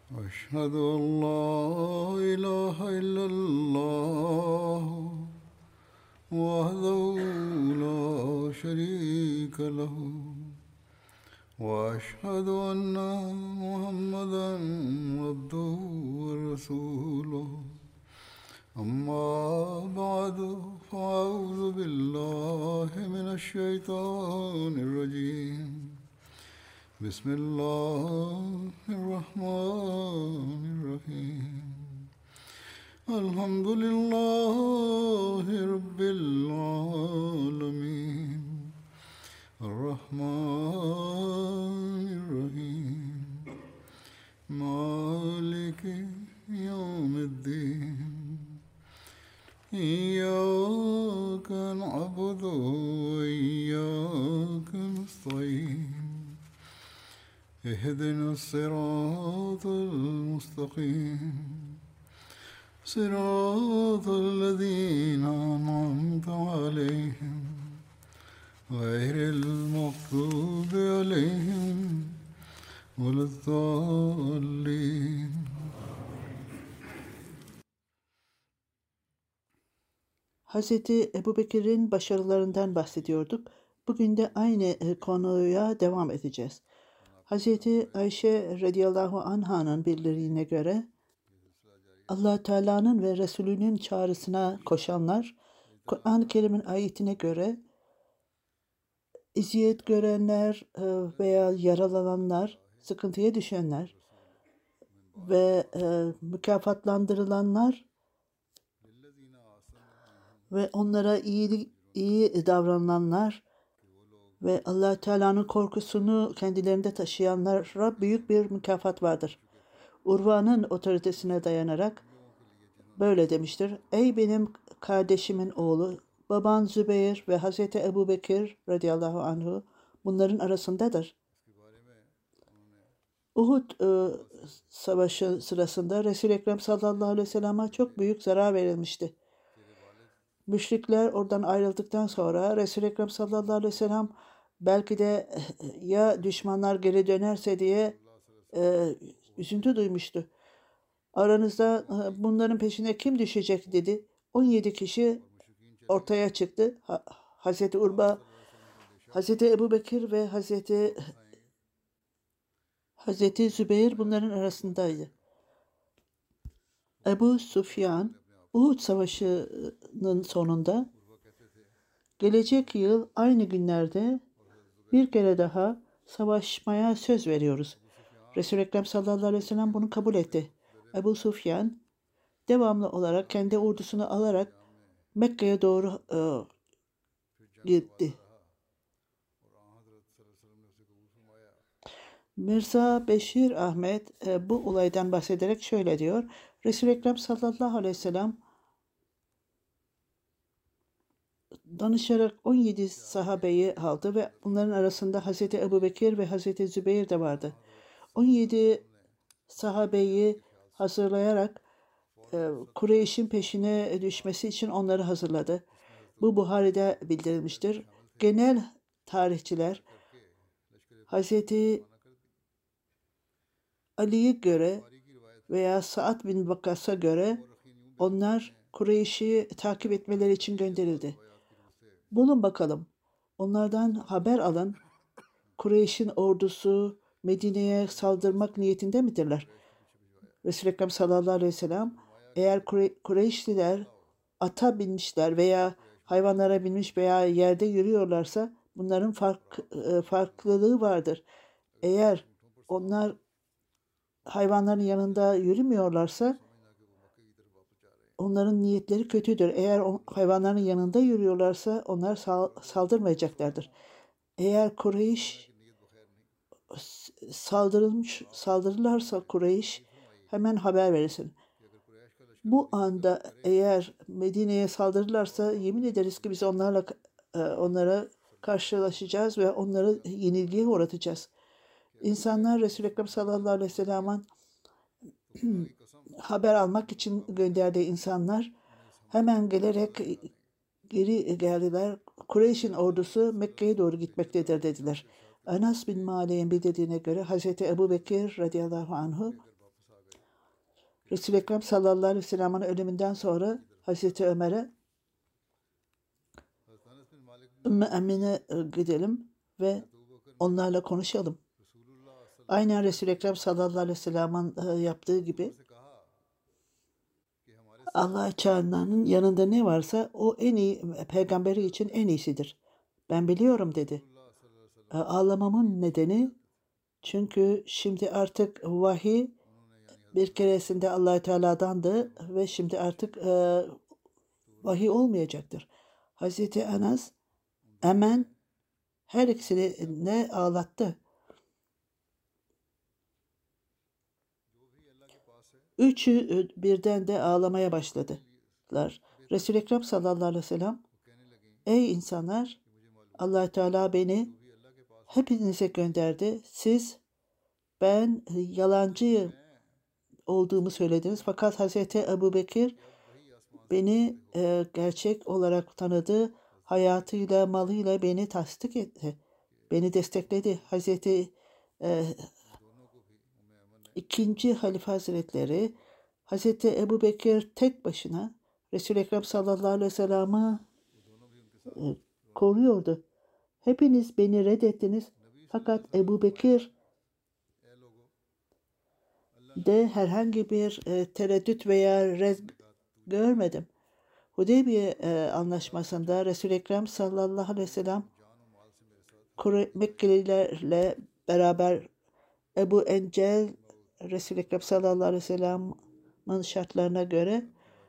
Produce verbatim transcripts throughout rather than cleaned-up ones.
أشهد أن لا إله إلا الله وحده لا شريك له وأشهد أن محمدا عبده ورسوله أما بعد فأعوذ بالله من الشيطان الرجيم بسم الله الرحمن الرحيم الحمد لله رب العالمين الرحمن الرحيم مالك يوم الدين إياك نعبد وإياك نستعين اهدنا الصراط المستقيم صراط الذين أنعمت عليهم غير المغضوب عليهم ولا الضالين. Hazreti Ebubekir'in başarılarından bahsediyorduk. Bugün de aynı konuya devam edeceğiz. Hazreti Ayşe radıyallahu anh'ın bildirdiğine göre Allah Teala'nın ve Resulünün çağrısına koşanlar, Kur'an-ı Kerim'in ayetine göre eziyet görenler veya yaralananlar, sıkıntıya düşenler ve mükafatlandırılanlar ve onlara iyi iyi davrananlar ve Allah Teala'nın korkusunu kendilerinde taşıyanlara büyük bir mükafat vardır. Urva'nın otoritesine dayanarak böyle demiştir. Ey benim kardeşimin oğlu, baban Zübeyir ve Hazreti Ebubekir radıyallahu anhu bunların arasındadır. Uhud e, savaşı sırasında Resul-i Ekrem sallallahu aleyhi ve sellem'e çok büyük zarar verilmişti. Müşrikler oradan ayrıldıktan sonra Resul-i Ekrem sallallahu aleyhi ve sellem belki de ya düşmanlar geri dönerse diye e, üzüntü duymuştu. Aranızda e, bunların peşine kim düşecek dedi. on yedi kişi ortaya çıktı. Ha, Hazreti Urba, Hazreti Ebubekir ve Hazreti Hazreti Zübeyir bunların arasındaydı. Ebu Süfyan Uhud Savaşı'nın sonunda gelecek yıl aynı günlerde bir kere daha savaşmaya söz veriyoruz. Resul-i Ekrem sallallahu aleyhi ve sellem bunu kabul etti. Ebu Süfyan devamlı olarak kendi ordusunu alarak Mekke'ye doğru e, gitti. Mirza Beşir Ahmet e, bu olaydan bahsederek şöyle diyor. Resul-i Ekrem sallallahu aleyhi ve sellem danışarak on yedi sahabeyi aldı ve bunların arasında Hazreti Ebubekir ve Hazreti Zübeyir de vardı. on yedi sahabeyi hazırlayarak e, Kureyş'in peşine düşmesi için onları hazırladı. Bu Buhari'de bildirilmiştir. Genel tarihçiler Hazreti Ali'ye göre veya Sa'd bin Vakas'a göre onlar Kureyş'i takip etmeleri için gönderildi. Bulun bakalım. Onlardan haber alın. Kureyş'in ordusu Medine'ye saldırmak niyetinde midirler? Resul-i Ekrem sallallahu aleyhi ve sellem eğer Kure- Kureyşliler ata binmişler veya hayvanlara binmiş veya yerde yürüyorlarsa bunların fark, farklılığı vardır. Eğer onlar hayvanların yanında yürümüyorlarsa onların niyetleri kötüdür. Eğer o hayvanların yanında yürüyorlarsa onlar sal- saldırmayacaklardır. Eğer Kureyş saldırılmış saldırırlarsa Kureyş hemen haber verirsin. Bu anda eğer Medine'ye saldırırlarsa yemin ederiz ki biz onlarla onlara karşılaşacağız ve onları yenilgiye uğratacağız. İnsanlar Resul-i Ekrem sallallahu aleyhi ve sellem'in haber almak için gönderdiği insanlar hemen gelerek geri geldiler. Kureyş'in ordusu Mekke'ye doğru gitmektedir dediler. Enes bin Malik'in bildirdiğine göre Hazreti Ebubekir radıyallahu anhu Resul-i Ekrem sallallahu aleyhi ve sellem'in ölümünden sonra Hazreti Ömer'e Ümmü Emine gidelim ve onlarla konuşalım. Aynen Resul-i Ekrem sallallahu aleyhi ve sellem'in yaptığı gibi Allah Teala'nın yanında ne varsa o en iyi, peygamberi için en iyisidir. Ben biliyorum dedi. Ağlamamın nedeni çünkü şimdi artık vahiy bir keresinde Allah Teala'dandı ve şimdi artık e, vahiy olmayacaktır. Hazreti Enes hemen her ikisini ne ağlattı. Üçü birden de ağlamaya başladılar. Resul-i Ekrem sallallahu aleyhi ve sellem, ey insanlar, Allah Teala beni hepinize gönderdi. Siz ben yalancı olduğumu söylediniz. Fakat Hazreti Ebu Bekir beni e, gerçek olarak tanıdı. Hayatıyla, malıyla beni tasdik etti. Beni destekledi. Hazreti e, ikinci Halife Hazretleri Hazreti Ebu Bekir tek başına Resul-i Ekrem sallallahu aleyhi ve sellem'i e, koruyordu. Hepiniz beni reddettiniz. Fakat Ebu Bekir de herhangi bir e, tereddüt veya red görmedim. Hudeybiye e, anlaşmasında Resul-i Ekrem sallallahu aleyhi ve sellem Mekkelilerle beraber Ebu Encel Resul-i Ekrem sallallahu aleyhi ve sellem'in şartlarına göre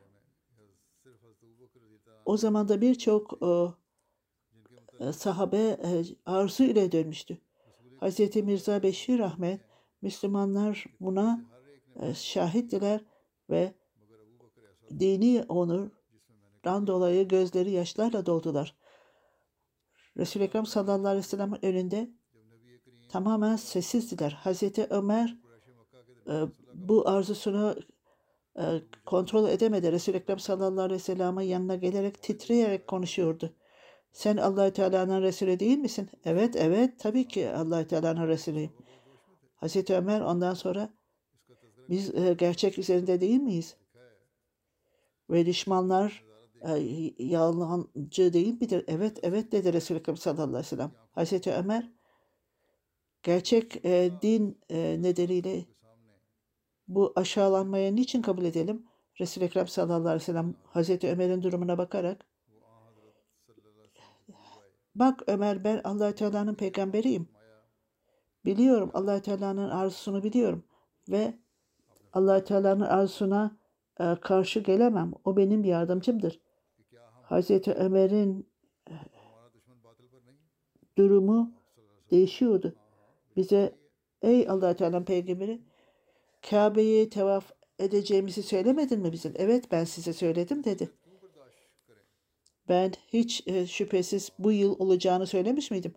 o zaman da birçok e, sahabe e, arzu ile dönmüştü. Hazreti Mirza Beşir Ahmet Müslümanlar buna e, şahittiler ve dini onurdan dolayı gözleri yaşlarla doldular. Resul-i Ekrem sallallahu aleyhi ve sellem'in önünde tamamen sessizdiler. Hazreti Ömer e, bu arzusunu e, kontrol edemedi. Resul-i Ekrem sallallahu aleyhi ve sellem'in yanına gelerek titreyerek konuşuyordu. Sen Allah-u Teala'nın Resulü değil misin? Evet, evet, tabii ki Allah-u Teala'nın Resulüyüm. Hazreti Ömer ondan sonra biz e, gerçek üzerinde değil miyiz? Ve düşmanlar e, yalancı değil midir? Evet, evet dedi Resul-i Ekrem sallallahu aleyhi ve sellem. Hazreti Ömer gerçek e, din e, nedeniyle bu aşağılanmaya niçin kabul edelim? Resul-i Ekrem sallallahu aleyhi ve sellem Hazreti Ömer'in durumuna bakarak bak Ömer, ben Allah-u Teala'nın peygamberiyim. Biliyorum, Allah-u Teala'nın arzusunu biliyorum ve Allah-u Teala'nın arzusuna e, karşı gelemem. O benim yardımcımdır. Hazreti Ömer'in e, durumu değişiyordu. Bize ey Allah-u Teala'nın peygamberi, Kabe'yi tevaf edeceğimizi söylemedin mi bizim? Evet, ben size söyledim dedi. Ben hiç e, şüphesiz bu yıl olacağını söylemiş miydim?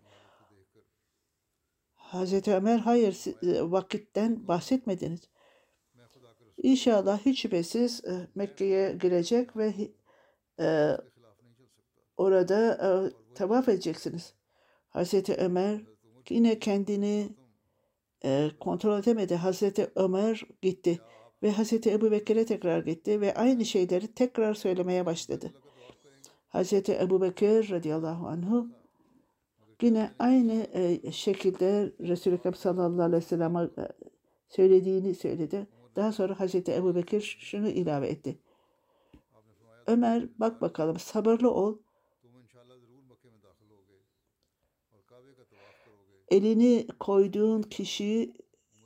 Hazreti Ömer hayır, e, vakitten bahsetmediniz. İnşallah hiç şüphesiz e, Mekke'ye girecek ve e, orada e, tavaf edeceksiniz. Hazreti Ömer yine kendini e, kontrol edemedi. Hazreti Ömer gitti ve Hazreti Ebu Bekir'e tekrar gitti ve aynı şeyleri tekrar söylemeye başladı. Hazreti Ebu Bekir radıyallahu anhu yine aynı e, şekilde Resul-i Ekrem sallallahu aleyhi ve sellem'e e, söylediğini söyledi. Daha sonra Hazreti Ebu Bekir şunu ilave etti. Ömer, bak bakalım, sabırlı ol. Elini koyduğun kişiyi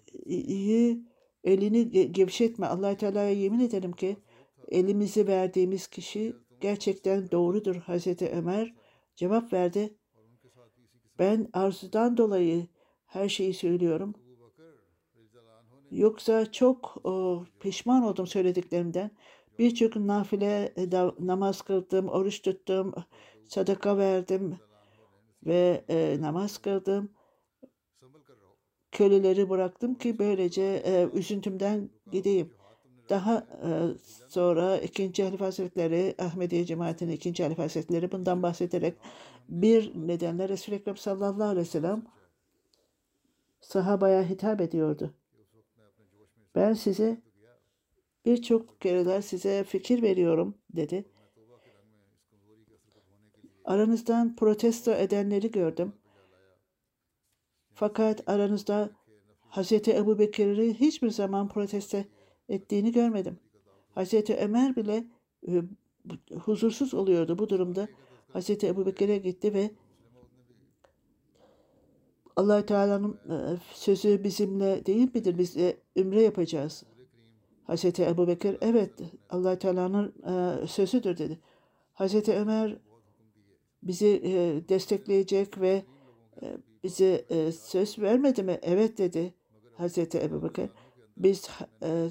elini gevşetme. Allah-u Teala'ya yemin ederim ki elimizi verdiğimiz kişi gerçekten doğrudur. Hazreti Ömer cevap verdi. Ben arzudan dolayı her şeyi söylüyorum. Yoksa çok o, pişman oldum söylediklerimden. Birçok nafile da, namaz kıldım, oruç tuttum, sadaka verdim ve e, namaz kıldım. Köleleri bıraktım ki böylece e, üzüntümden gideyim. Daha e, sonra ikinci Halife Hazretleri, Ahmediye Cemaati'nin ikinci Halife Hazretleri bundan bahsederek bir nedenle Resul-i Ekrem sallallahu aleyhi ve sellem sahabaya hitap ediyordu. Ben size birçok kereler size fikir veriyorum dedi. Aranızdan protesto edenleri gördüm. Fakat aranızda Hazreti Ebu Bekir'i hiçbir zaman protesto ettiğini görmedim. Hazreti Ömer bile e, huzursuz oluyordu bu durumda. Hazreti Ebu Bekir'e gitti ve Allah Teala'nın e, sözü bizimle değil midir? Biz e, ümre yapacağız. Hazreti Ebu Bekir evet Allah Teala'nın e, sözüdür dedi. Hazreti Ömer bizi e, destekleyecek ve e, bize e, söz vermedi mi? Evet dedi Hazreti Ebu Bekir. Biz e,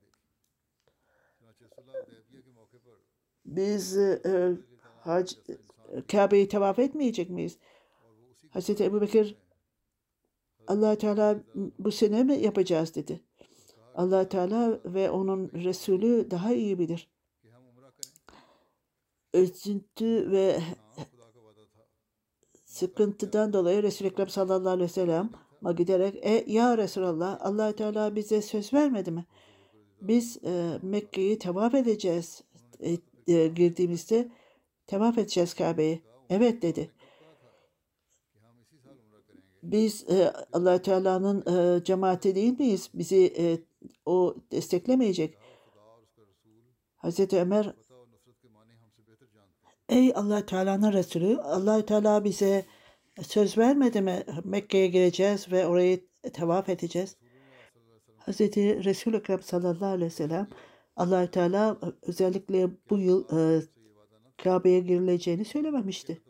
biz e, hac, Kabe'yi tavaf etmeyecek miyiz? Hazreti Ebu Bekir Allah Teala bu sene mi yapacağız dedi. Allah Teala ve onun Resulü daha iyi bilir. Üzüntü ve sıkıntıdan dolayı Resul-i Ekrem sallallahu aleyhi ve sellem'e giderek e, ya Resulallah Allah Teala bize söz vermedi mi? Biz e, Mekke'yi tavaf edeceğiz. E, e, girdiğimizde tavaf edeceğiz Kabe'yi. Evet dedi. Biz e, Allah Teala'nın e, cemaati değil miyiz? Bizi e, o desteklemeyecek. Hazreti Ömer ey Allah Teala'nın Resulü Allah Teala bize söz vermedi mi? Mekke'ye gireceğiz ve orayı tavaf edeceğiz. Hazreti Resul-i Ekrem sallallahu aleyhi ve sellem Allah Teala özellikle bu yıl e, Kabe'ye girileceğini söylememişti.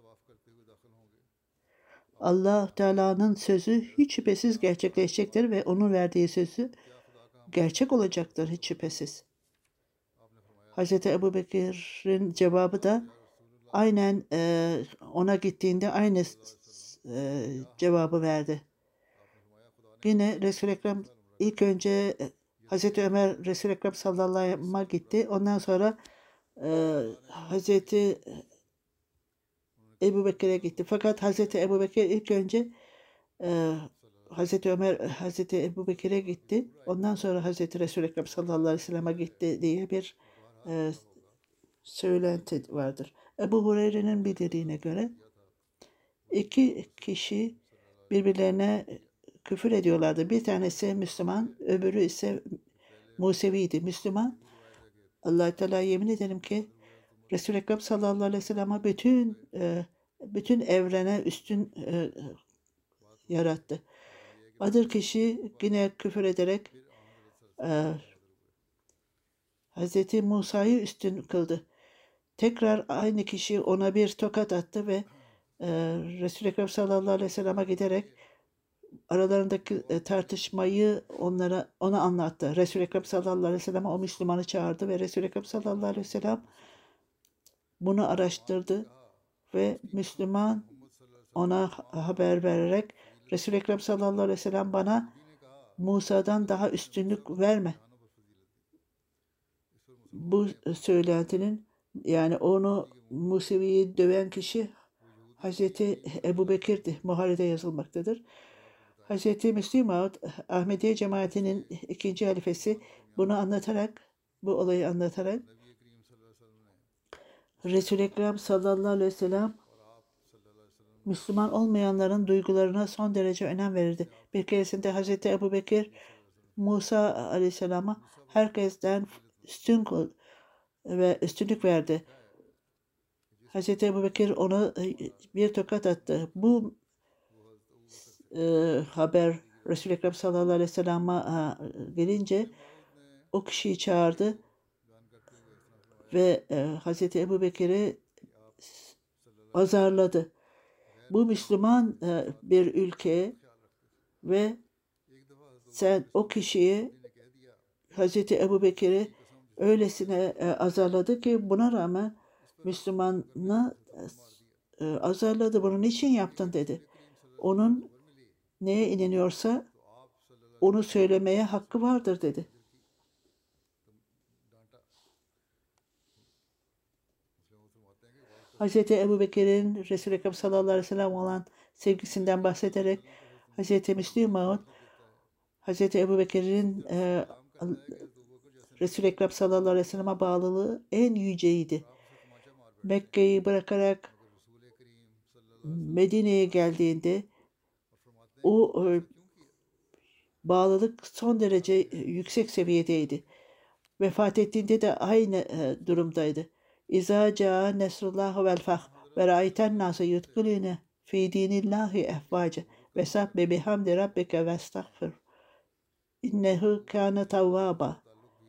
Allah Teala'nın sözü hiç şüphesiz gerçekleşecektir ve onun verdiği sözü gerçek olacaktır hiç şüphesiz. Hazreti Ebu Bekir'in cevabı da aynen e, ona gittiğinde aynı e, cevabı verdi. Yine Resul-i Ekrem ilk önce e, Hazreti Ömer Resul-i Ekrem sallallahu aleyhi ve sellem'e gitti. Ondan sonra e, Hazreti Ebu Bekir'e gitti. Fakat Hazreti Ebu Bekir ilk önce e, Hazreti Ömer Hazreti Ebu Bekir'e gitti. Ondan sonra Hazreti Resul-i Ekrem sallallahu aleyhi ve sellem'e gitti diye bir e, söylenti vardır. Ebu Hureyre'nin bildirdiğine göre iki kişi birbirlerine küfür ediyorlardı. Bir tanesi Müslüman, öbürü ise Musevi'ydi. Müslüman, Allah-u Teala yemin ederim ki Resul-i Ekrem sallallahu aleyhi ve sellem'e bütün e, bütün evrene üstün e, yarattı. Adır kişi yine küfür ederek e, Hz. Musa'yı üstün kıldı. Tekrar aynı kişi ona bir tokat attı ve e, Resul-i Ekrem sallallahu aleyhi ve sellem'e giderek aralarındaki e, tartışmayı onlara ona anlattı. Resul-i Ekrem sallallahu aleyhi ve sellem'e o Müslümanı çağırdı ve Resul-i Ekrem sallallahu aleyhi ve sellem bunu araştırdı ve Müslüman ona haber vererek Resul-i Ekrem sallallahu aleyhi ve sellem bana Musa'dan daha üstünlük verme. Bu söylentinin yani onu Musevi'yi döven kişi Hazreti Ebu Bekir'di. Muharrede yazılmaktadır. Hazreti Müslim Maud Ahmediye cemaatinin ikinci halifesi bunu anlatarak bu olayı anlatarak Resul-i Ekrem sallallahu aleyhi ve sellem Müslüman olmayanların duygularına son derece önem verirdi. Bir keresinde Hazreti Ebu Bekir Musa aleyhisselama herkesten üstün ve üstünlük verdi. Hazreti Ebu Bekir ona bir tokat attı. Bu e, haber Resul-i Ekrem sallallahu aleyhi ve sellem'e gelince o kişiyi çağırdı ve e, Hazreti Ebu Bekir'i azarladı. Bu Müslüman e, bir ülke ve sen o kişiyi Hazreti Ebu Bekir'i öylesine e, azarladı ki buna rağmen Müslümanı e, azarladı. Bunu niçin yaptın dedi. Onun neye inanıyorsa onu söylemeye hakkı vardır dedi. Hazreti Ebu Bekir'in Resul-i Ekrem sallallahu aleyhi ve sellem olan sevgisinden bahsederek Hazreti Müslim Maud Hazreti Ebu Bekir'in e, Resul-i Ekrem sallallahu aleyhi ve sellem'e bağlılığı en yüceydi. Mekke'yi bırakarak Medine'ye geldiğinde o e, bağlılık son derece yüksek seviyedeydi. Vefat ettiğinde de aynı e, durumdaydı. İza caa nesrullah vel fah ve ra'ayten nase yudkilune fi dinillahi efvace ve sabbe bihamdi rabbike ve estağfir innehu kâne tavvâba.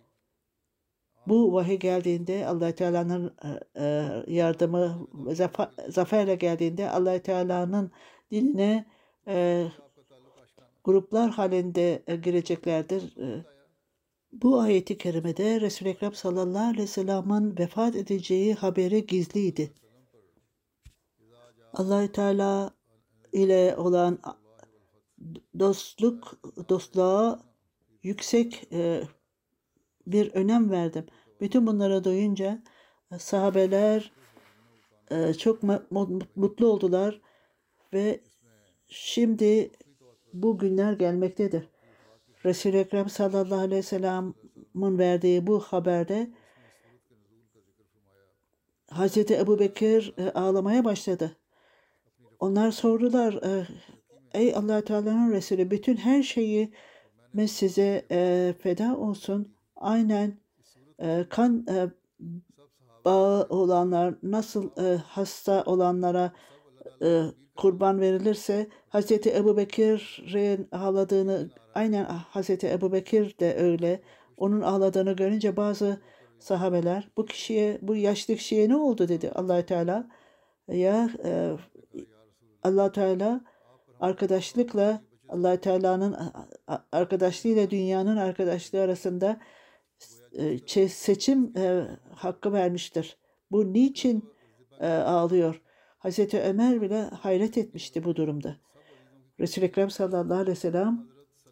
Bu vahiy geldiğinde Allah Teala'nın e, e, yardımı zafer, zaferle geldiğinde Allah Teala'nın dinine e, gruplar halinde e, gireceklerdir. E, bu ayeti kerimede Resul-i Ekrem sallallahu aleyhi ve sellem'in vefat edeceği haberi gizliydi. Allah Teala ile olan dostluk dostluğa yüksek e, bir önem verdim. Bütün bunlara duyunca e, sahabeler e, çok mutlu oldular ve şimdi bu günler gelmektedir. Resul-i Ekrem sallallahu aleyhi ve sellem'in verdiği bu haberde Hazreti Ebu Bekir e, ağlamaya başladı. Onlar sordular, e, ey Allah Teala'nın Resulü, bütün her şeyi biz size e, feda olsun. Aynen e, kan e, bağı olanlar nasıl e, hasta olanlara e, kurban verilirse Hazreti Ebu Bekir'in ağladığını, aynen Hazreti Ebu Bekir de öyle. Onun ağladığını görünce bazı sahabeler bu kişiye, bu yaşlı kişiye ne oldu dedi Allah Teala. Ya e, Allah Teala arkadaşlıkla Allah Teala'nın arkadaşlığıyla dünyanın arkadaşlığı arasında e, seçim e, hakkı vermiştir. Bu niçin e, ağlıyor? Hazreti Ömer bile hayret etmişti bu durumda. Resul-i Ekrem sallallahu aleyhi ve sellem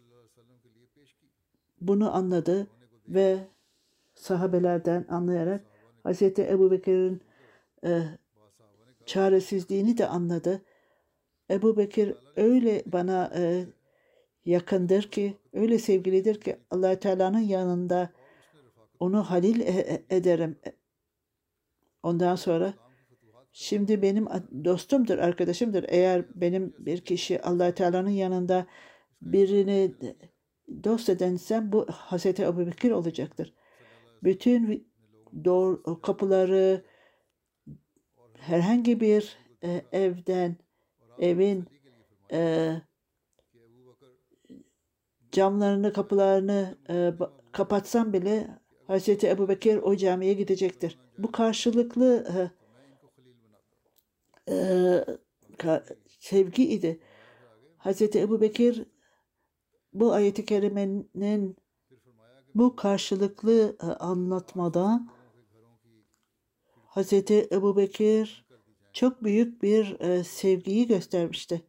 bunu anladı ve sahabelerden anlayarak Hazreti Ebu Bekir'in e, çaresizliğini de anladı. Ebu Bekir öyle bana e, yakındır ki, öyle sevgilidir ki Allah Teala'nın yanında onu halil e- ederim. Ondan sonra şimdi benim dostumdur, arkadaşımdır. Eğer benim bir kişi Allah Teala'nın yanında birini dost edensem bu Hazreti Ebu Bekir olacaktır. Bütün doğru kapıları herhangi bir e, evden, evin e, camlarını, kapılarını e, kapatsam bile Hazreti Ebu Bekir o camiye gidecektir. Bu karşılıklı e, e, ka, sevgi idi. Hazreti Ebu Bekir bu ayet-i kerimenin bu karşılıklı e, anlatmada Hazreti Ebu Bekir çok büyük bir e, sevgiyi göstermişti.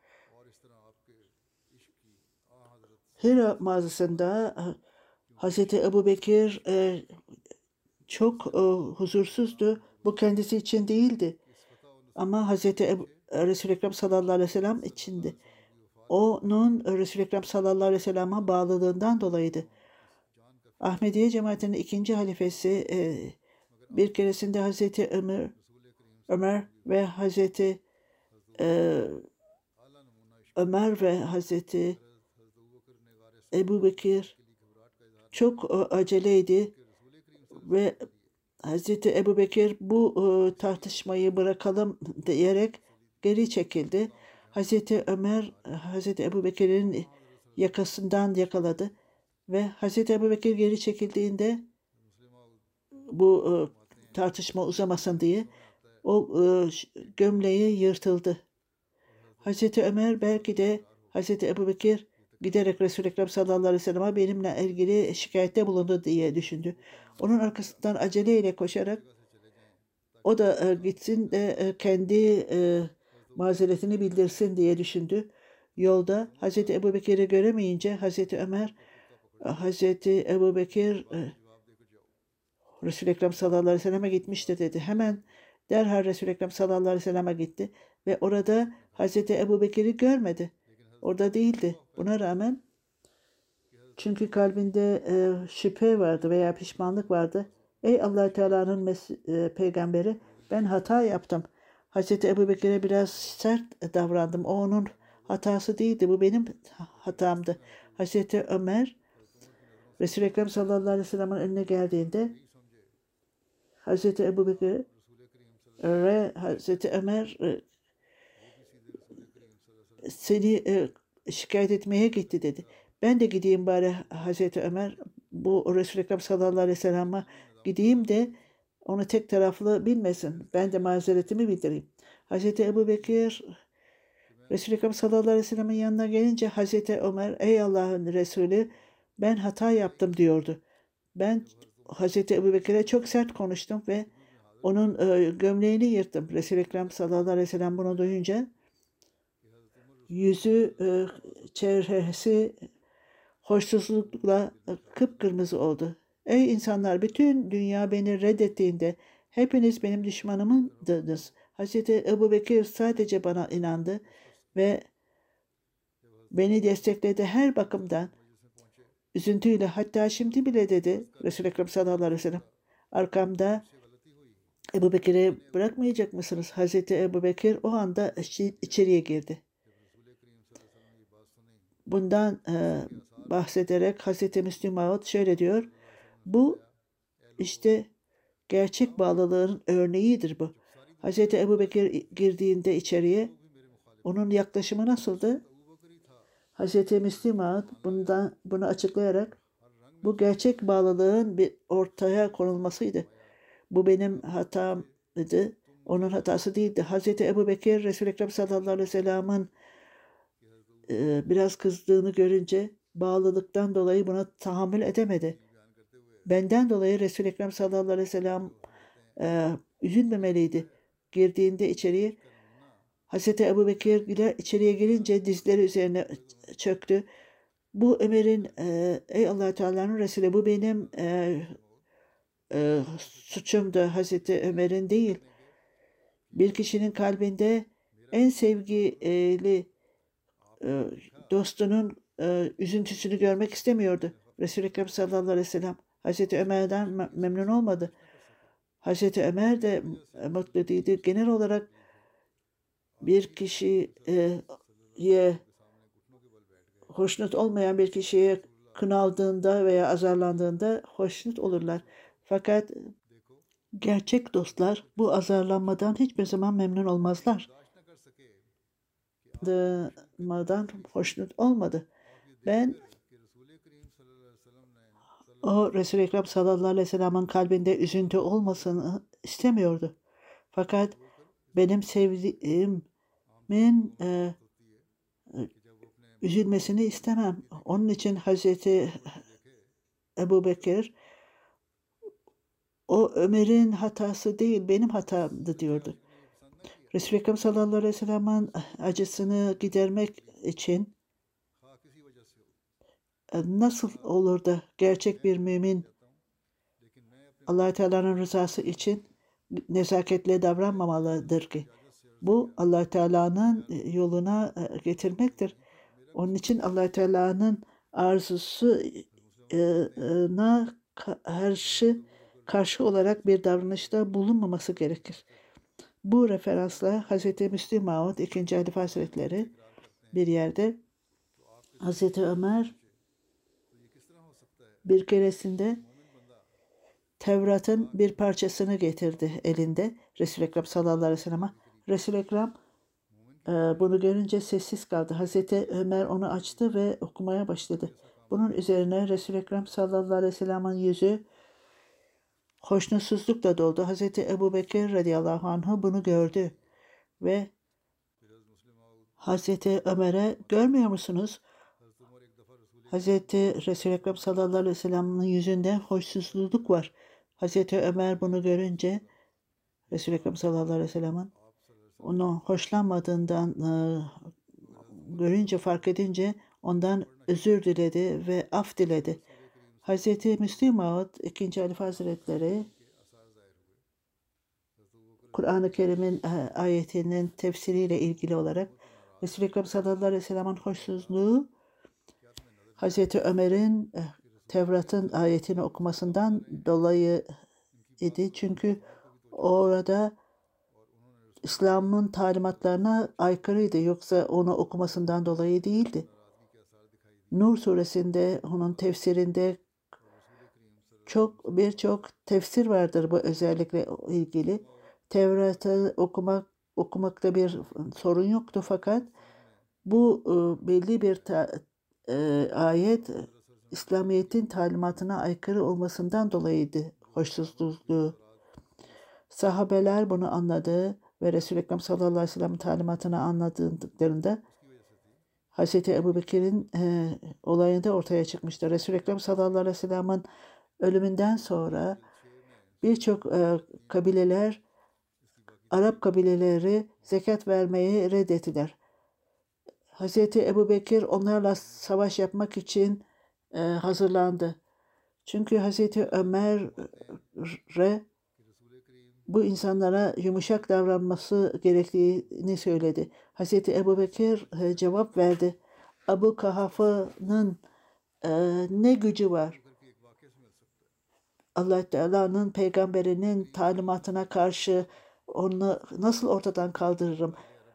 Hira mağazasında e, Hazreti Ebu Bekir e, çok e, huzursuzdu. Bu kendisi için değildi. Ama Hazreti Ebu, Resul-i Ekrem sallallahu aleyhi ve sellem içindi. Onun Resul-i Ekrem sallallahu aleyhi ve sellem'e bağlılığından dolayıydı. Ahmediye cemaatinin ikinci halifesi e, bir keresinde Hazreti Ömer, Ömer ve Hazreti e, Ömer ve Hazreti Ebu Bekir çok e, aceleydi ve Hazreti Ebu Bekir bu e, tartışmayı bırakalım diyerek geri çekildi. Hazreti Ömer Hazreti Ebu Bekir'in yakasından yakaladı ve Hazreti Ebu Bekir geri çekildiğinde bu e, tartışma uzamasın diye o e, gömleği yırtıldı. Hazreti Ömer belki de Hazreti Ebu Bekir giderek Resul-i Ekrem sallallahu aleyhi ve sellem'e benimle ilgili şikayette bulundu diye düşündü. Onun arkasından aceleyle koşarak o da e, gitsin de e, kendi e, mazeretini bildirsin diye düşündü. Yolda Hazreti Ebu Bekir'i göremeyince Hazreti Ömer, Hazreti Ebu Bekir e, Resul-i Ekrem sallallahu aleyhi ve sellem'e gitmişti dedi. Hemen derhal Resul-i Ekrem sallallahu aleyhi ve sellem'e gitti ve orada Hazreti Ebu Bekir'i görmedi. Orada değildi. Buna rağmen Çünkü kalbinde e, şüphe vardı veya pişmanlık vardı. Ey Allah Teala'nın mes- e, peygamberi, ben hata yaptım. Hazreti Ebubekir'e biraz sert davrandım. O onun hatası değildi. Bu benim hatamdı. Hazreti Ömer Resul-i Ekrem sallallahu aleyhi ve sellem'in önüne geldiğinde Hazreti Ebubekir ve Hazreti Ömer e, seni e, şikayet etmeye gitti dedi. Ben de gideyim bari Hazreti Ömer, bu Resul-i Ekrem sallallahu aleyhi ve sellem'e gideyim de onu tek taraflı bilmesin. Ben de mazeretimi bildireyim. Hazreti Ebubekir Resul-i Ekrem sallallahu aleyhi ve sellem'in yanına gelince Hazreti Ömer, ey Allah'ın Resulü, ben hata yaptım diyordu. Ben Hazreti Ebubekir'e çok sert konuştum ve onun e, gömleğini yırttım. Resul-i Ekrem sallallahu aleyhi ve sellem bunu duyunca yüzü, e, çehresi hoşsuzlukla e, kıpkırmızı oldu. Ey insanlar, bütün dünya beni reddettiğinde hepiniz benim düşmanımdınız. Hazreti Ebubekir sadece bana inandı ve beni destekledi her bakımdan. Üzüntüyle, hatta şimdi bile dedi Resul-i Ekrem sallallahu aleyhi ve sellem, arkamda Ebubekir'i bırakmayacak mısınız? Hazreti Ebubekir o anda içeriye girdi. Bundan e, bahsederek Hazreti Müslim Maud şöyle diyor. Bu işte gerçek bağlılığın örneğidir bu. Hazreti Ebubekir girdiğinde içeriye onun yaklaşımı nasıldı? Hazreti Müslim Maud bundan bunu açıklayarak bu gerçek bağlılığın bir ortaya konulmasıydı. Bu benim hatamdı. Onun hatası değildi. Hazreti Ebubekir Resul-i Ekrem sallallahu aleyhi ve sellem'in e, biraz kızdığını görünce bağlılıktan dolayı buna tahammül edemedi. Benden dolayı Resul-i Ekrem sallallahu aleyhi ve sellem e, üzülmemeliydi. Girdiğinde içeriye Hazreti Ebubekir bile içeriye girince dizleri üzerine çöktü. Bu Ömer'in e, ey Allah Teala'nın Resulü, bu benim e, e, suçumdu, Hazreti Ömer'in değil. Bir kişinin kalbinde en sevgili e, dostunun e, üzüntüsünü görmek istemiyordu. Resul-i Ekrem sallallahu aleyhi ve sellem Hazreti Ömer'den me- memnun olmadı. Hazreti Ömer de mutlu değildi. Genel olarak bir kişiye hoşnut olmayan bir kişiye kınaldığında veya azarlandığında hoşnut olurlar. Fakat gerçek dostlar bu azarlanmadan hiçbir zaman memnun olmazlar. Azarlanmadan hoşnut olmadı. Ben o Resul-i Ekrem sallallahu aleyhi ve sellem'in kalbinde üzüntü olmasını istemiyordu. Fakat benim sevdiğimin e, üzülmesini istemem. Onun için Hazreti Ebubekir o Ömer'in hatası değil, benim hatamdı diyordu. Resul-i Ekrem sallallahu aleyhi ve sellem'in acısını gidermek için nasıl olur da gerçek bir mümin Allah Teala'nın rızası için nezaketle davranmamalıdır ki? Bu Allah Teala'nın yoluna getirmektir. Onun için Allah Teala'nın arzusuna karşı karşı olarak bir davranışta bulunmaması gerekir. Bu referansla Hazreti Müslim Maud ikinci. Halife Hazretleri bir yerde Hazreti Ömer bir keresinde Tevrat'ın bir parçasını getirdi elinde Resul-i Ekrem sallallahu aleyhi ve sellem'e. Resul-i Ekrem e, bunu görünce sessiz kaldı. Hazreti Ömer onu açtı ve okumaya başladı. Bunun üzerine Resul-i Ekrem sallallahu aleyhi ve sellem'in yüzü hoşnutsuzlukla doldu. Hazreti Ebubekir radıyallahu anh bunu gördü ve Hazreti Ömer'e, görmüyor musunuz? Hazreti Resul-i Ekrem sallallahu aleyhi ve sellem'in yüzünde hoşsuzluk var. Hazreti Ömer bunu görünce Resul-i Ekrem sallallahu aleyhi ve sellem'in onu hoşlanmadığından e, görünce, fark edince ondan özür diledi ve af diledi. Hazreti Müslim Maud ikinci. Halife Hazretleri Kur'an-ı Kerim'in e, ayetinin tefsiriyle ilgili olarak Resul-i Ekrem sallallahu aleyhi ve sellem'in hoşsuzluğu Hazreti Ömer'in eh, Tevrat'ın ayetini okumasından dolayı idi. Çünkü orada İslam'ın talimatlarına aykırıydı. Yoksa onu okumasından dolayı değildi. Nur suresinde, onun tefsirinde çok birçok tefsir vardır bu özellikle ilgili. Tevrat'ı okumak okumakta bir sorun yoktu fakat bu e, belli bir ta, e, ayet İslamiyet'in talimatına aykırı olmasından dolayıydı hoşsuzluğu. Sahabeler bunu anladı ve Resul-i Ekrem sallallahu aleyhi ve sellem'in talimatını anladıklarında Hazreti Ebubekir'in e, olayında ortaya çıkmıştı. Resul-i Ekrem sallallahu aleyhi ve sellem'in ölümünden sonra birçok e, kabileler, Arap kabileleri zekat vermeyi reddettiler. Hazreti Ebubekir onlarla savaş yapmak için e, hazırlandı. Çünkü Hazreti Ömer'e bu insanlara yumuşak davranması gerektiğini söyledi. Hazreti Ebubekir e, cevap verdi. Abu Kahafa'nın e, ne gücü var? Allah Teala'nın peygamberinin talimatına karşı onu nasıl ortadan kaldırırım?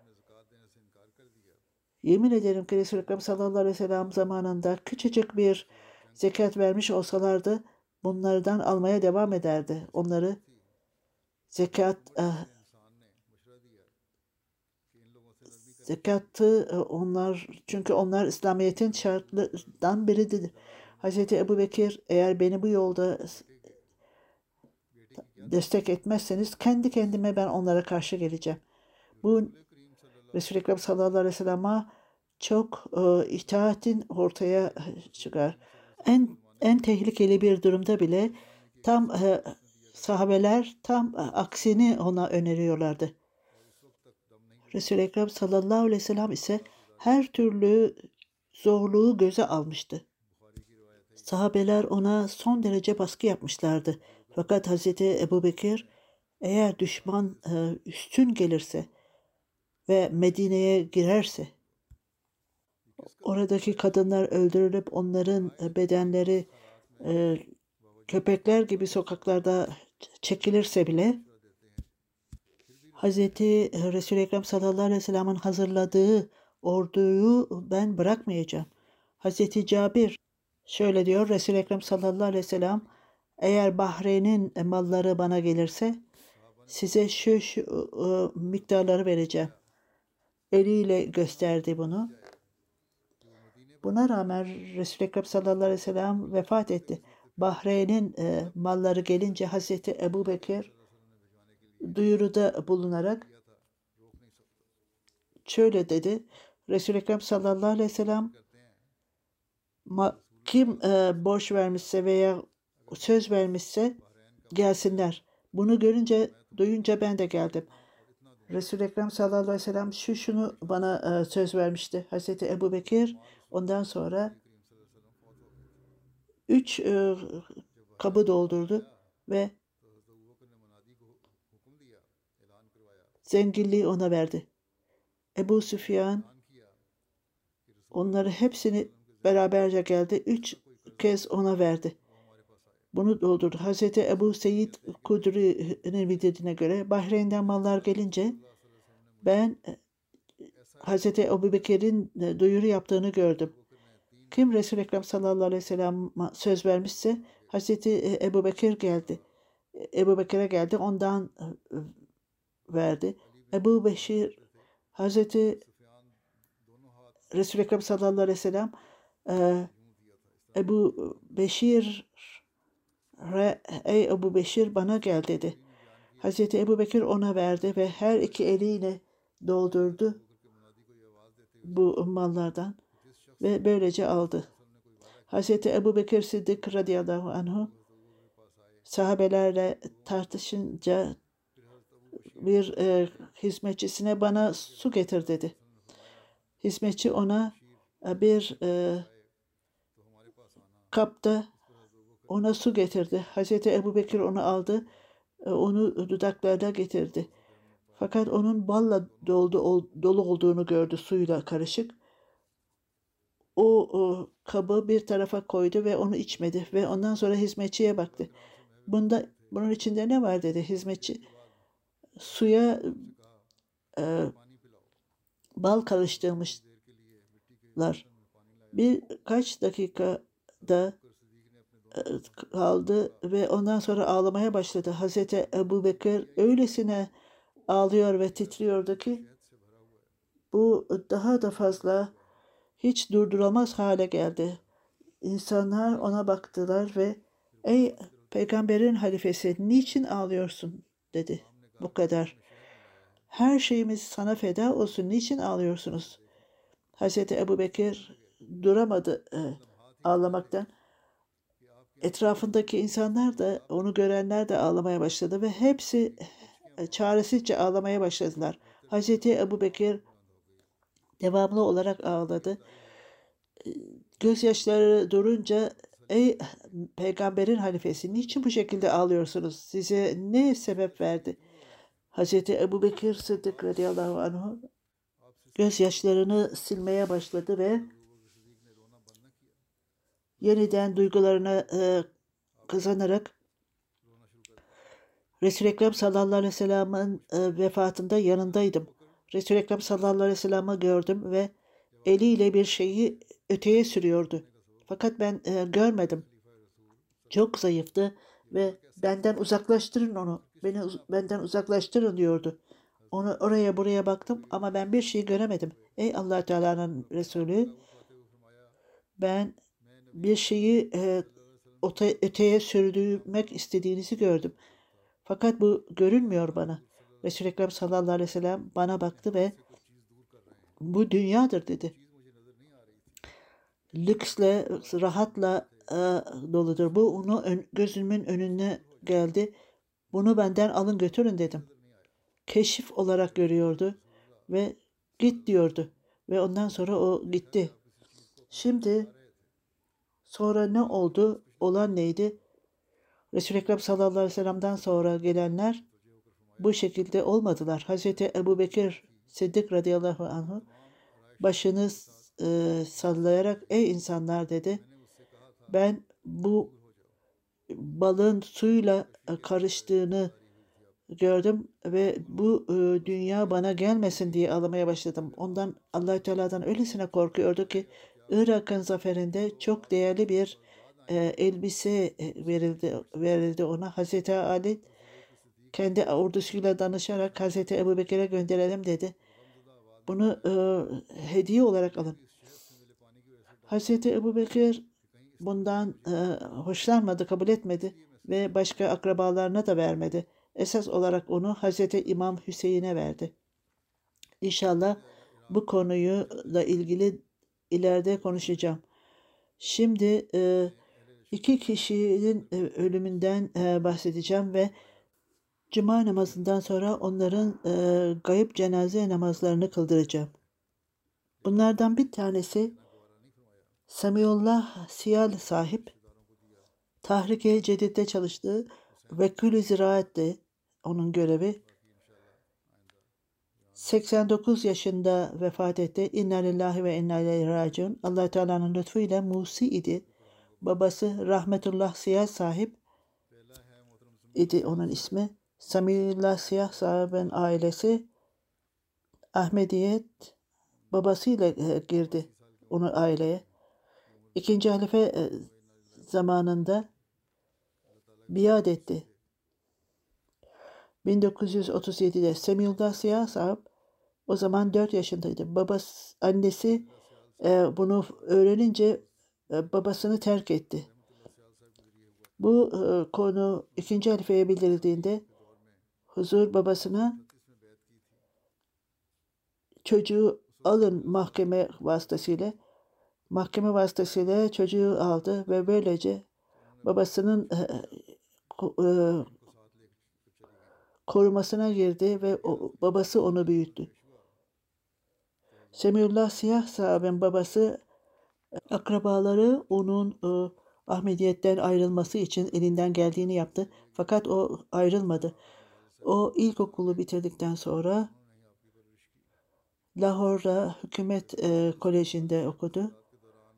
Yemin ederim ki Resul-i Ekrem sallallahu aleyhi ve sellem zamanında küçücük bir zekat vermiş olsalardı bunlardan almaya devam ederdi. Onları zekat eh, zekatı eh, onlar çünkü onlar İslamiyet'in şartlarından biridir. Hazreti Ebubekir eğer beni bu yolda destek etmezseniz kendi kendime ben onlara karşı geleceğim. Bu Resul-i Ekrem sallallahu aleyhi ve sellem'e çok e, itaatin ortaya çıkar. En en tehlikeli bir durumda bile tam e, sahabeler tam e, aksini ona öneriyorlardı. Resul-i Ekrem sallallahu aleyhi ve sellem ise her türlü zorluğu göze almıştı. Sahabeler ona son derece baskı yapmışlardı. Fakat Hazreti Ebubekir eğer düşman e, üstün gelirse ve Medine'ye girerse oradaki kadınlar öldürülüp onların bedenleri e, köpekler gibi sokaklarda çekilirse bile Hazreti Resul-i Ekrem sallallahu aleyhi ve sellem'in hazırladığı orduyu ben bırakmayacağım. Hazreti Cabir şöyle diyor, Resul-i Ekrem sallallahu aleyhi ve sellem eğer Bahreyn'in malları bana gelirse size şu, şu e, miktarları vereceğim. Eliyle gösterdi bunu. Buna rağmen Resul-i Ekrem sallallahu aleyhi ve sellem vefat etti. Bahreyn'in e, malları gelince Hazreti Ebubekir duyuruda bulunarak şöyle dedi. Resul-i Ekrem sallallahu aleyhi ve sellem kim e, borç vermişse veya söz vermişse gelsinler. Bunu görünce, duyunca ben de geldim. Resul-i Ekrem sallallahu aleyhi ve sellem şu şunu bana e, söz vermişti. Hazreti Ebubekir ondan sonra üç e, kabı doldurdu ve zenginliği ona verdi. Ebu Süfyan onları hepsini beraberce geldi. Üç kez ona verdi. Bunu doldurdu. Hazreti Ebu Seyyid Kudri'nin bildirdiğine göre Bahreyn'den mallar gelince ben Hazreti Ebubekir'in duyuru yaptığını gördüm. Kim Resul-i Ekrem sallallahu aleyhi ve sellem söz vermişse Hazreti Ebubekir geldi. Ebubekir'e geldi. Ondan verdi. Ebu Beşir Hazreti Resul-i Ekrem sallallahu aleyhi ve sellem e, Ebu Beşir ey Ebu Beşir bana gel dedi. Hazreti Ebubekir ona verdi ve her iki eliyle doldurdu bu mallardan ve böylece aldı. Hazreti Ebubekir Siddik radıyallahu anhu sahabelerle tartışınca bir e, hizmetçisine bana su getir dedi. Hizmetçi ona e, bir e, kapta ona su getirdi. Hazreti Ebubekir onu aldı, e, onu dudaklarına getirdi. Fakat onun balla doldu, ol, dolu olduğunu gördü suyla karışık. o, o kabı bir tarafa koydu ve onu içmedi ve ondan sonra hizmetçiye baktı. Bunda bunun içinde ne var dedi hizmetçi. Suya e, bal karıştırmışlar. Birkaç dakikada e, kaldı ve ondan sonra ağlamaya başladı. Hazreti Ebubekir öylesine ağlıyor ve titriyordu ki bu daha da fazla hiç durduramaz hale geldi. İnsanlar ona baktılar ve ey peygamberin halifesi niçin ağlıyorsun dedi. Bu kadar. Her şeyimiz sana feda olsun. Niçin ağlıyorsunuz? Hazreti Ebubekir duramadı e, ağlamaktan. Etrafındaki insanlar da onu görenler de ağlamaya başladı ve hepsi e, çaresizce ağlamaya başladılar. Hazreti Ebubekir devamlı olarak ağladı. Gözyaşları durunca ey peygamberin halifesi niçin bu şekilde ağlıyorsunuz? Size ne sebep verdi? Hazreti Ebubekir Sıddık radıyallahu anh gözyaşlarını silmeye başladı ve yeniden duygularına e, kazanarak Resul-i Ekrem sallallahu aleyhi ve sellem'in e, vefatında yanındaydım. Resul-i Ekrem sallallahu aleyhi ve sellem'i gördüm ve eliyle bir şeyi öteye sürüyordu. Fakat ben e, görmedim. Çok zayıftı ve benden uzaklaştırın onu, beni benden uzaklaştırın diyordu. Onu oraya buraya baktım ama ben bir şey göremedim. Ey Allah Teala'nın Resulü, ben bir şeyi e, öteye sürdürmek istediğinizi gördüm. Fakat bu görünmüyor bana. Resul-i Ekrem sallallahu aleyhi ve sellem bana baktı ve bu dünyadır dedi. Lüksle, rahatla e, doludur. Bu onu ön, gözümün önüne geldi. Bunu benden alın götürün dedim. Keşif olarak görüyordu ve git diyordu. Ve ondan sonra o gitti. Şimdi sonra ne oldu? Olan neydi? Resul-i Ekrem sallallahu aleyhi ve sellem'den sonra gelenler bu şekilde olmadılar. Hazreti Ebubekir Sıddık radıyallahu anh başını e, sallayarak ey insanlar dedi. Ben bu balın suyla karıştığını gördüm ve bu e, dünya bana gelmesin diye ağlamaya başladım. Ondan Allah-u Teala'dan öylesine korkuyordu ki Irak'ın zaferinde çok değerli bir e, elbise verildi verildi ona. Hazreti Ali kendi ordusuyla danışarak Hazreti Ebubekir'e gönderelim dedi. Bunu e, hediye olarak alın. Hazreti Ebubekir bundan e, hoşlanmadı, kabul etmedi ve başka akrabalarına da vermedi. Esas olarak onu Hazreti İmam Hüseyin'e verdi. İnşallah bu konuyla ilgili ileride konuşacağım. Şimdi e, iki kişinin e, ölümünden e, bahsedeceğim ve Cuma namazından sonra onların e, gayip cenaze namazlarını kıldıracağım. Bunlardan bir tanesi Samiullah Siyal sahip, Tahrik-i Cedid'de çalıştığı Vekül-i Ziraat'te onun görevi. seksen dokuz yaşında vefat etti. İnna lillahi ve inna ileyhi raciun. Allah Teala'nın lütfuyla Musi idi. Babası Rahmetullah Siyah sahip idi onun ismi. Samiullah Siyah sahibin ailesi Ahmediyet babasıyla girdi onu aileye. İkinci halife zamanında biat etti. bin dokuz yüz otuz yedide Semiullah Siyah sahip o zaman dört yaşındaydı. Babası, annesi e, bunu öğrenince e, babasını terk etti. Bu e, konu ikinci halifeye bildirildiğinde huzur babasına çocuğu alın mahkeme vasıtasıyla mahkeme vasıtasıyla çocuğu aldı ve böylece babasının e, e, korumasına girdi ve o, babası onu büyüttü. Semiullah Siyah sahibin babası akrabaları onun e, Ahmediyetten ayrılması için elinden geldiğini yaptı. Fakat o ayrılmadı. O ilkokulu bitirdikten sonra Lahor'da hükümet e, kolejinde okudu.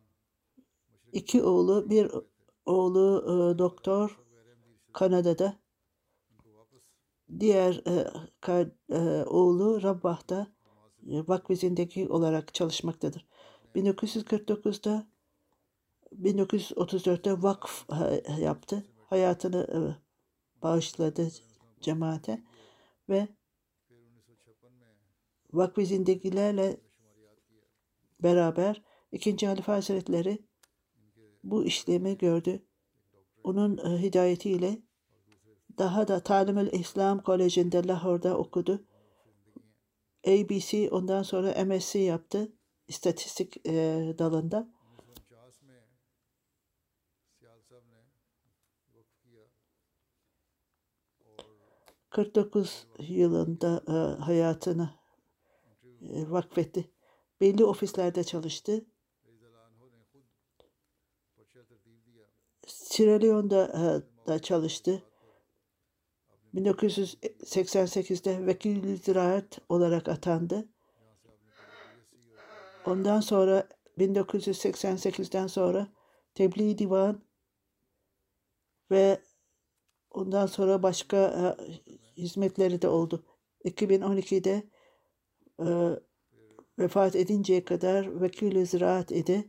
İki oğlu, bir oğlu e, doktor Kanada'da, diğer e, ka- e, oğlu Rabbah'ta e, vakf-ı zindagi olarak çalışmaktadır. bin dokuz yüz kırk dokuzda bin dokuz yüz otuz dörtte vakf e, yaptı. Hayatını e, bağışladı cemaate ve vakf-ı zindagilerle beraber ikinci Halife Hazretleri bu işlemi gördü. Onun e, hidayetiyle daha da Talim-ül İslam Koleji'nde Lahor'da okudu. A B C ondan sonra M S C yaptı istatistik e, dalında. kırk dokuz yılında e, hayatını e, vakfetti. Belli ofislerde çalıştı. Sierra Leone'da e, da çalıştı. bin dokuz yüz seksen sekizde vekil ziraat olarak atandı. Ondan sonra bin dokuz yüz seksen sekizden sonra tebliğ divan ve ondan sonra başka e, hizmetleri de oldu. iki bin on ikide e, vefat edinceye kadar vekil ziraat idi.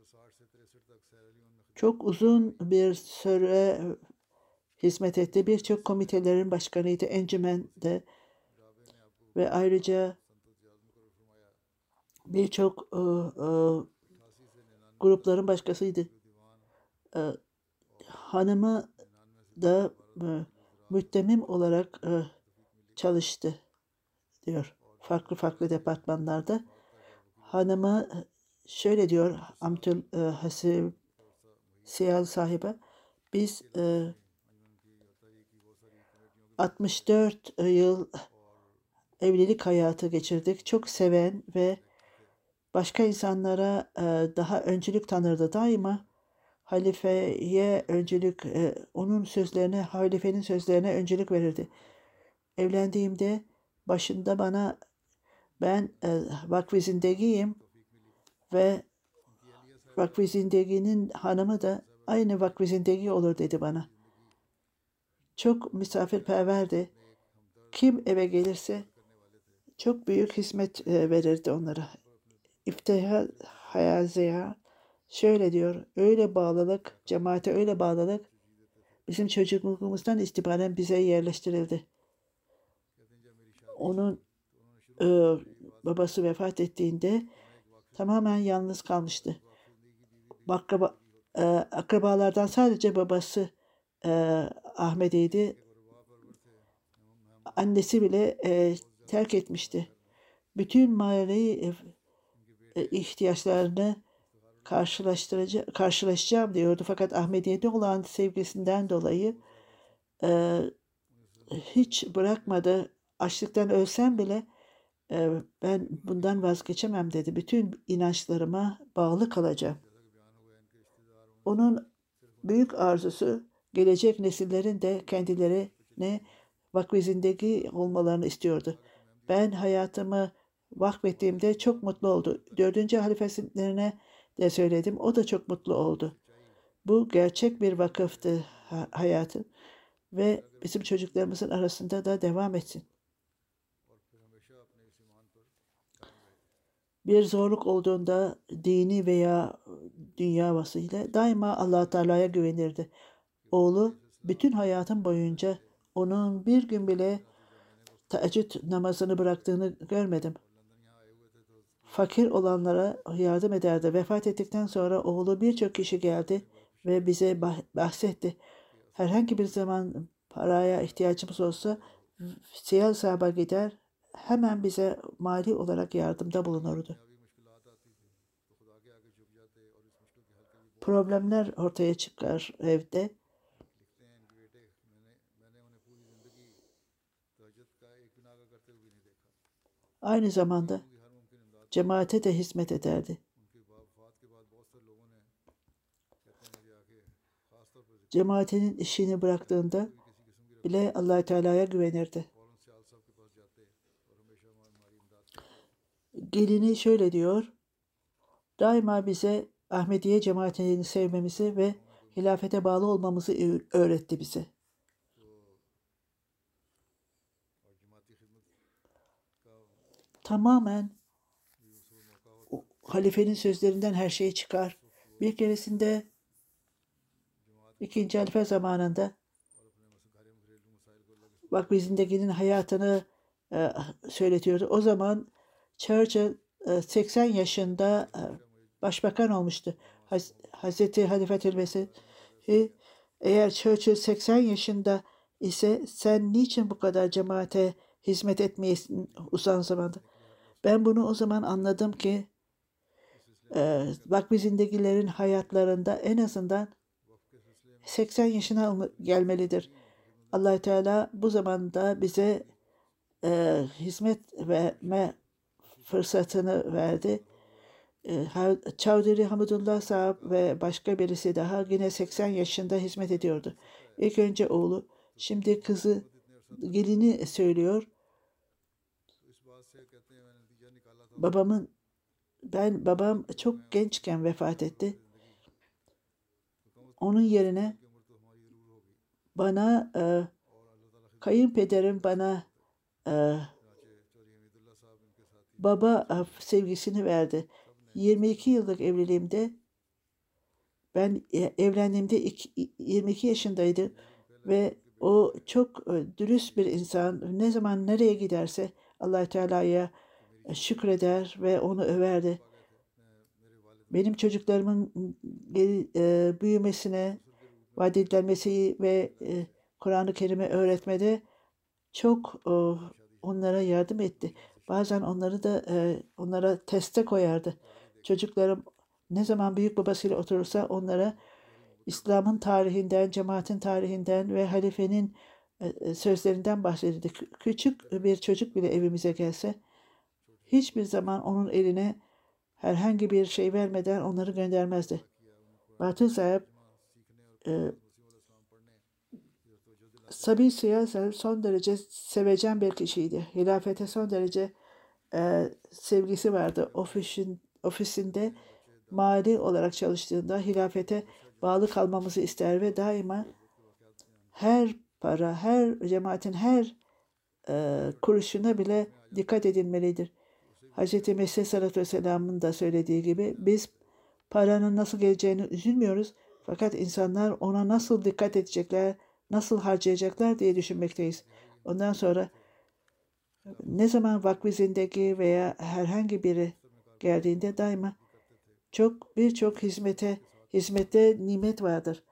Çok uzun bir süre hizmet etti. Birçok komitelerin başkanıydı. Encümen'de ve ayrıca birçok e, e, grupların başkasıydı. E, hanımı da e, müttemim olarak e, çalıştı diyor. Farklı farklı departmanlarda. Hanımı şöyle diyor Amtül e, Hasib Siyal sahibi. Biz e, altmış dört yıl evlilik hayatı geçirdik. Çok seven ve başka insanlara e, daha öncülük tanırdı daima. Halifeye öncülük, e, onun sözlerine, halifenin sözlerine öncülük verirdi. Evlendiğimde başında bana ben e, vakf-ı zindagiyim ve vakf-ı zindaginin hanımı da aynı vakf-ı zindagi olur dedi bana. Çok misafirperverdi. Kim eve gelirse çok büyük hizmet e, verirdi onlara. İftihar Hayaziya şöyle diyor, öyle bağlılık, cemaate öyle bağlılık bizim çocukluğumuzdan itibaren bize yerleştirildi. Onun e, babası vefat ettiğinde tamamen yalnız kalmıştı. Akraba, e, akrabalardan sadece babası e, Ahmedi'ydi. Annesi bile e, terk etmişti. Bütün mahalleyi e, ihtiyaçlarını karşılaşacağım diyordu. Fakat Ahmediye'de olan sevgisinden dolayı e, hiç bırakmadı. Açlıktan ölsem bile e, ben bundan vazgeçemem dedi. Bütün inançlarıma bağlı kalacağım. Onun büyük arzusu gelecek nesillerin de kendilerine vakf-ı zindagi olmalarını istiyordu. Ben hayatımı vakfettiğimde çok mutlu oldu. Dördüncü halifesine de söyledim. O da çok mutlu oldu. Bu gerçek bir vakıftı hayatı ve bizim çocuklarımızın arasında da devam etsin. Bir zorluk olduğunda dini veya dünya vasıyla daima Allah Teala'ya güvenirdi. Oğlu bütün hayatım boyunca onun bir gün bile teheccüd namazını bıraktığını görmedim. Fakir olanlara yardım ederdi. Vefat ettikten sonra oğlu birçok kişi geldi ve bize bahsetti. Herhangi bir zaman paraya ihtiyacımız olsa Siyal Sahib'e gider, hemen bize mali olarak yardımda bulunurdu. Problemler ortaya çıkar evde. Aynı zamanda cemaate de hizmet ederdi. Cemaatinin işini bıraktığında bile Allah Teala'ya güvenirdi. Gelini şöyle diyor, daima bize Ahmediye cemaatini sevmemizi ve hilafete bağlı olmamızı öğretti bize. Tamamen o halifenin sözlerinden her şey çıkar. Bir keresinde ikinci halife zamanında Vakfı-i hayatını e, söyletiyordu. O zaman Churchill e, seksen yaşında e, başbakan olmuştu. Haz Hazreti Halifetül Mesih, eğer Churchill seksen yaşında ise sen niçin bu kadar cemaate hizmet etmeyesin uzun zamanda? Ben bunu o zaman anladım ki e, Vakfı-i hayatlarında en azından seksen yaşına gelmelidir. Allah Teala bu zamanda bize e, hizmet verme fırsatını verdi. E, Çavdiri Hamidullah Sahab ve başka birisi daha yine seksen yaşında hizmet ediyordu. İlk önce oğlu, şimdi kızı, gelini söylüyor. Babamın, ben babam çok gençken vefat etti. Onun yerine bana e, kayınpederim bana e, baba e, sevgisini verdi. yirmi iki yıllık evliliğimde ben e, evlendiğimde iki, yirmi iki yaşındaydı ve o çok e, dürüst bir insan. Ne zaman nereye giderse Allah Teala'ya e, şükreder ve onu överdi. Benim çocuklarımın e, büyümesine, vaat edilenmesi ve e, Kur'an-ı Kerim'i öğretmede çok e, onlara yardım etti. Bazen onları da e, onlara teste koyardı. Çocuklarım ne zaman büyük babasıyla oturursa onlara İslam'ın tarihinden, cemaatin tarihinden ve halifenin e, sözlerinden bahsederdi. Küçük bir çocuk bile evimize gelse hiçbir zaman onun eline herhangi bir şey vermeden onları göndermezdi. Batı sahip e, Sabi Siyasal son derece sevecen bir kişiydi. Hilafete son derece e, sevgisi vardı. Ofisin, ofisinde mali olarak çalıştığında hilafete bağlı kalmamızı ister ve daima her para, her cemaatin her e, kuruşuna bile dikkat edilmelidir. Hz. Mesih Sallallahu Aleyhi ve Sellem'in de söylediği gibi biz paranın nasıl geleceğini üzülmüyoruz. Fakat insanlar ona nasıl dikkat edecekler, nasıl harcayacaklar diye düşünmekteyiz. Ondan sonra ne zaman vakfı zindagi veya herhangi biri geldiğinde daima çok birçok hizmete, hizmette nimet vardır.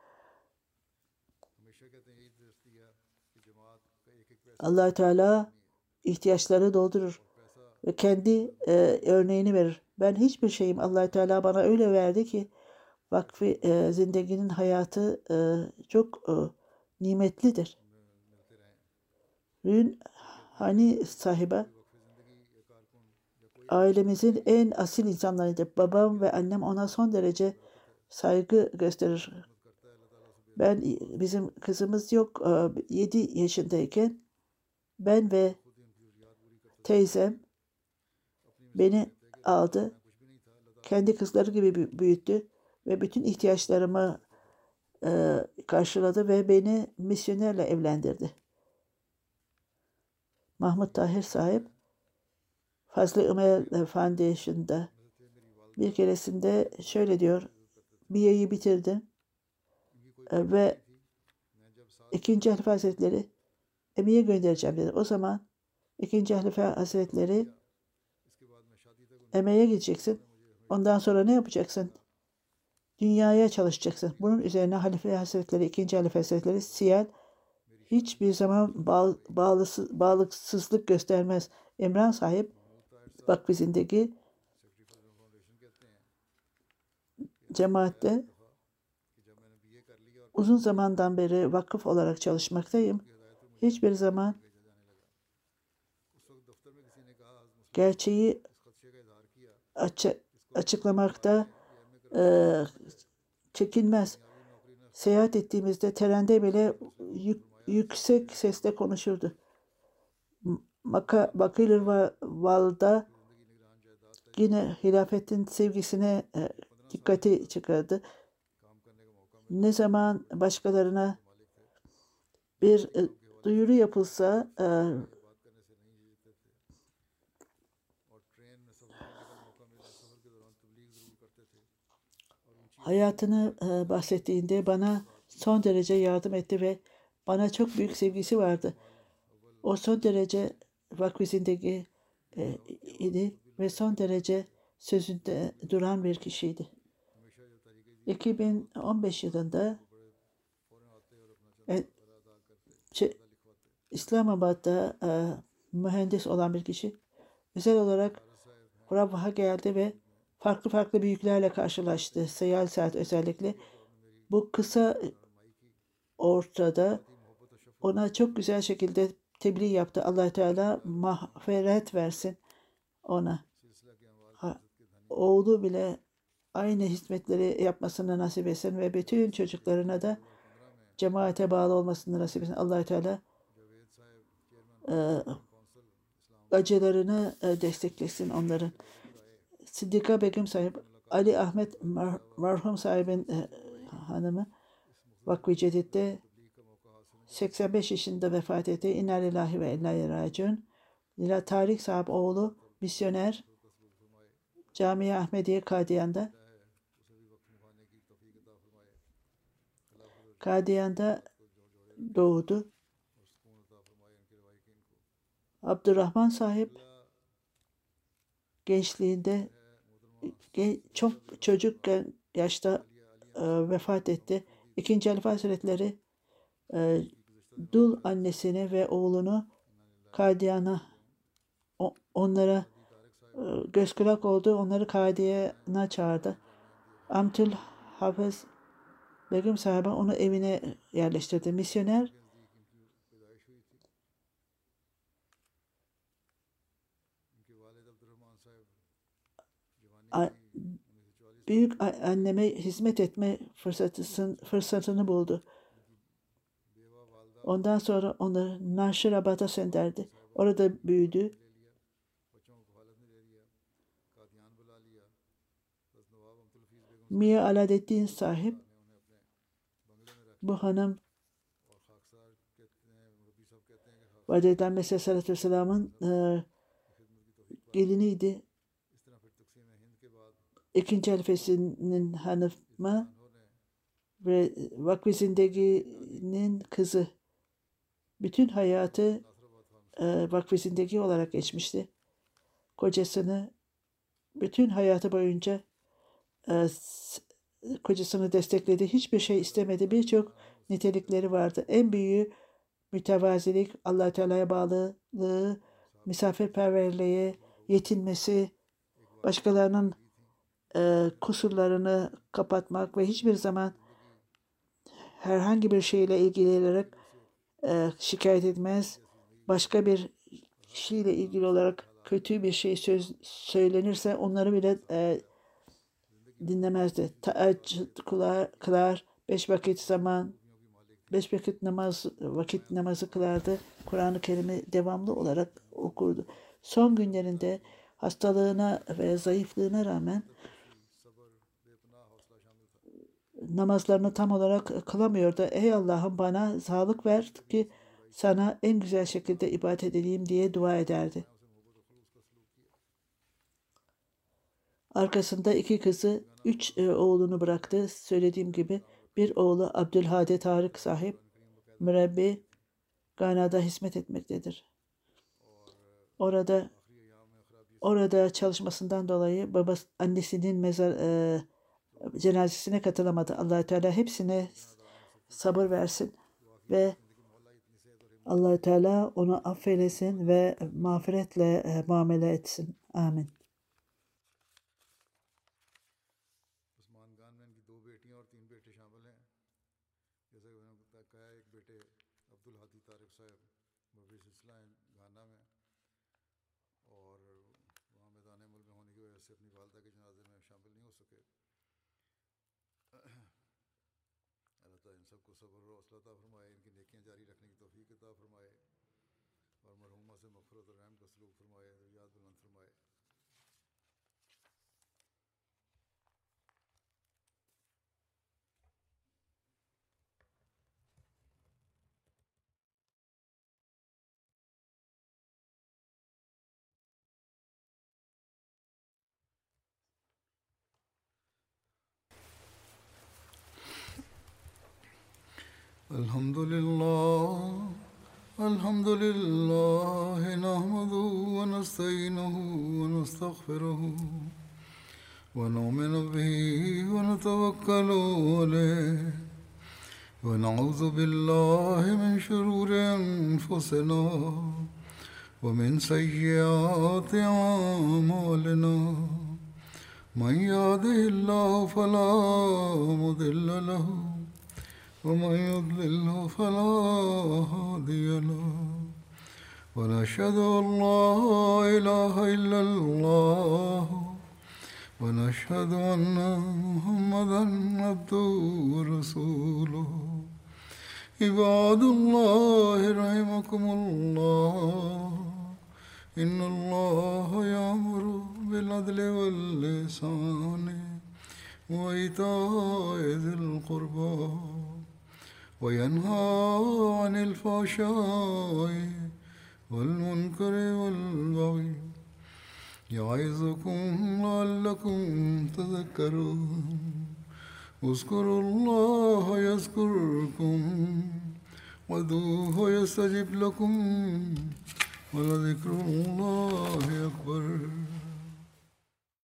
Allah Teala ihtiyaçları doldurur ve kendi e, örneğini verir. Ben hiçbir şeyim Allah Teala bana öyle verdi ki vakfı e, zindaginin hayatı e, çok e, nimetlidir. Dün hani sahibi ailemizin en asil insanlarıydı. Babam ve annem ona son derece saygı gösterir. Ben bizim kızımız yok. yedi yaşındayken ben ve teyzem beni aldı. Kendi kızları gibi büyüttü ve bütün ihtiyaçlarımı e, karşıladı ve beni misyonerle evlendirdi. Mahmut Tahir sahip Fazlı Ömer Foundation'da bir keresinde şöyle diyor. B A'yı bitirdim e, ve ikinci Halife Hazretleri Emi'ye göndereceğim dedi. O zaman ikinci Halife Hazretleri Eme'ye gideceksin. Ondan sonra ne yapacaksın? Dünyaya çalışacaksın. Bunun üzerine Halife Hazretleri, ikinci Halife Hazretleri Siyal hiçbir zaman bağ, bağlısız, bağlısızlık göstermez. Emran sahip Vakfı-i cemaatte uzun zamandan beri vakıf olarak çalışmaktayım. Hiçbir zaman gerçeği açı, açıklamakta e, çekinmez. Seyahat ettiğimizde trende bile yük, yüksek sesle konuşurdu. Bakılır Val'da yine hilafetin sevgisine e, dikkati çıkardı. Ne zaman başkalarına bir e, duyuru yapılsa e, hayatını e, bahsettiğinde bana son derece yardım etti ve bana çok büyük sevgisi vardı. O son derece vakfı zindagi e, idi ve son derece sözünde duran bir kişiydi. iki bin on beş yılında e, şey, İslamabad'da e, mühendis olan bir kişi özel olarak Rabah'a geldi ve farklı farklı büyüklerle karşılaştı. Seyyal Saat özellikle. Bu kısa ortada ona çok güzel şekilde tebliğ yaptı. Allah Teala mağfiret versin ona. Ha, oğlu bile aynı hizmetleri yapmasını nasip etsin ve bütün çocuklarına da cemaate bağlı olmasını nasip etsin. Allah Teala e, acılarını e, desteklesin onların. Sıddika Begüm sahip, Ali Ahmet mar marhum sahibin e, hanımı Vakfı Cedid'de seksen beş yaşında vefat etti. İnna lillahi ve inna ileyhi raciun. Lila Tarık sahip oğlu misyoner Camiye Ahmediye Kadiyan'da Kadiyan'da doğdu. Abdurrahman sahip gençliğinde çok çocuk yaşta e, vefat etti. İkinci Halife Hazretleri e, dul annesini ve oğlunu Kadiyan'a onlara e, göz kulak oldu. Onları Kadiyan'a çağırdı. Amtül Hafız Begüm sahibi onu evine yerleştirdi. Misyoner büyük anneme hizmet etme fırsatını, fırsatını buldu. Ondan sonra onları Naşirabad'a gönderdi. Orada büyüdü. Mia Aladeddin sahip bu hanım Vadeden Mesih Sallallahu Aleyhi ve Sellem'in e, geliniydi. İkinci halifesinin hanımı ve Vakfı Zindegi'nin kızı. Bütün hayatı e, Vakfı Zindegi olarak geçmişti. Kocasını bütün hayatı boyunca e, kocasını destekledi. Hiçbir şey istemedi. Birçok nitelikleri vardı. En büyüğü mütevazilik, Allah Teala'ya bağlılığı, misafirperverliği, yetinmesi, başkalarının e, kusurlarını kapatmak ve hiçbir zaman herhangi bir şeyle ilgilenerek e, şikayet etmez. Başka bir kişiyle ilgili olarak kötü bir şey söz söylenirse onları bile e, dinlemezdi. Teheccüd kılar, kılar, beş vakit zaman, beş vakit namaz, vakit namazı kılardı. Kur'an-ı Kerim'i devamlı olarak okurdu. Son günlerinde hastalığına ve zayıflığına rağmen namazlarını tam olarak kılamıyordu. Ey Allah'ım bana sağlık ver ki sana en güzel şekilde ibadet edeyim diye dua ederdi. Arkasında iki kızı, üç e, oğlunu bıraktı. Söylediğim gibi bir oğlu Abdülhadi Tarık sahip, mürebbi, Gana'da hizmet etmektedir. Orada orada çalışmasından dolayı babası annesinin mezar e, cenazesine katılamadı. Allah Teala hepsine sabır versin ve Allah Teala onu affeylesin ve mağfiretle e, muamele etsin. Amin. الحمد لله الحمد لله نحمده ونستعينه ونستغفره ونؤمن به ونتوكل عليه ونعوذ بالله من شرور أنفسنا ومن سيئات أعمالنا من يهده الله فلا مضل له ومن يضلله فلا هادي له ونشهد أن لا إله إلا الله ونشهد أن محمدا عبده ورسوله عباد الله رحمكم الله إن الله يأمر بالعدل والإحسان وإيتاء ذي القربى وينهى عن الفحشاء والمنكر والبغي يعظكم لعلكم تذكرون اذكروا الله يذكركم وادعوه يستجب لكم ولذكر الله أكبر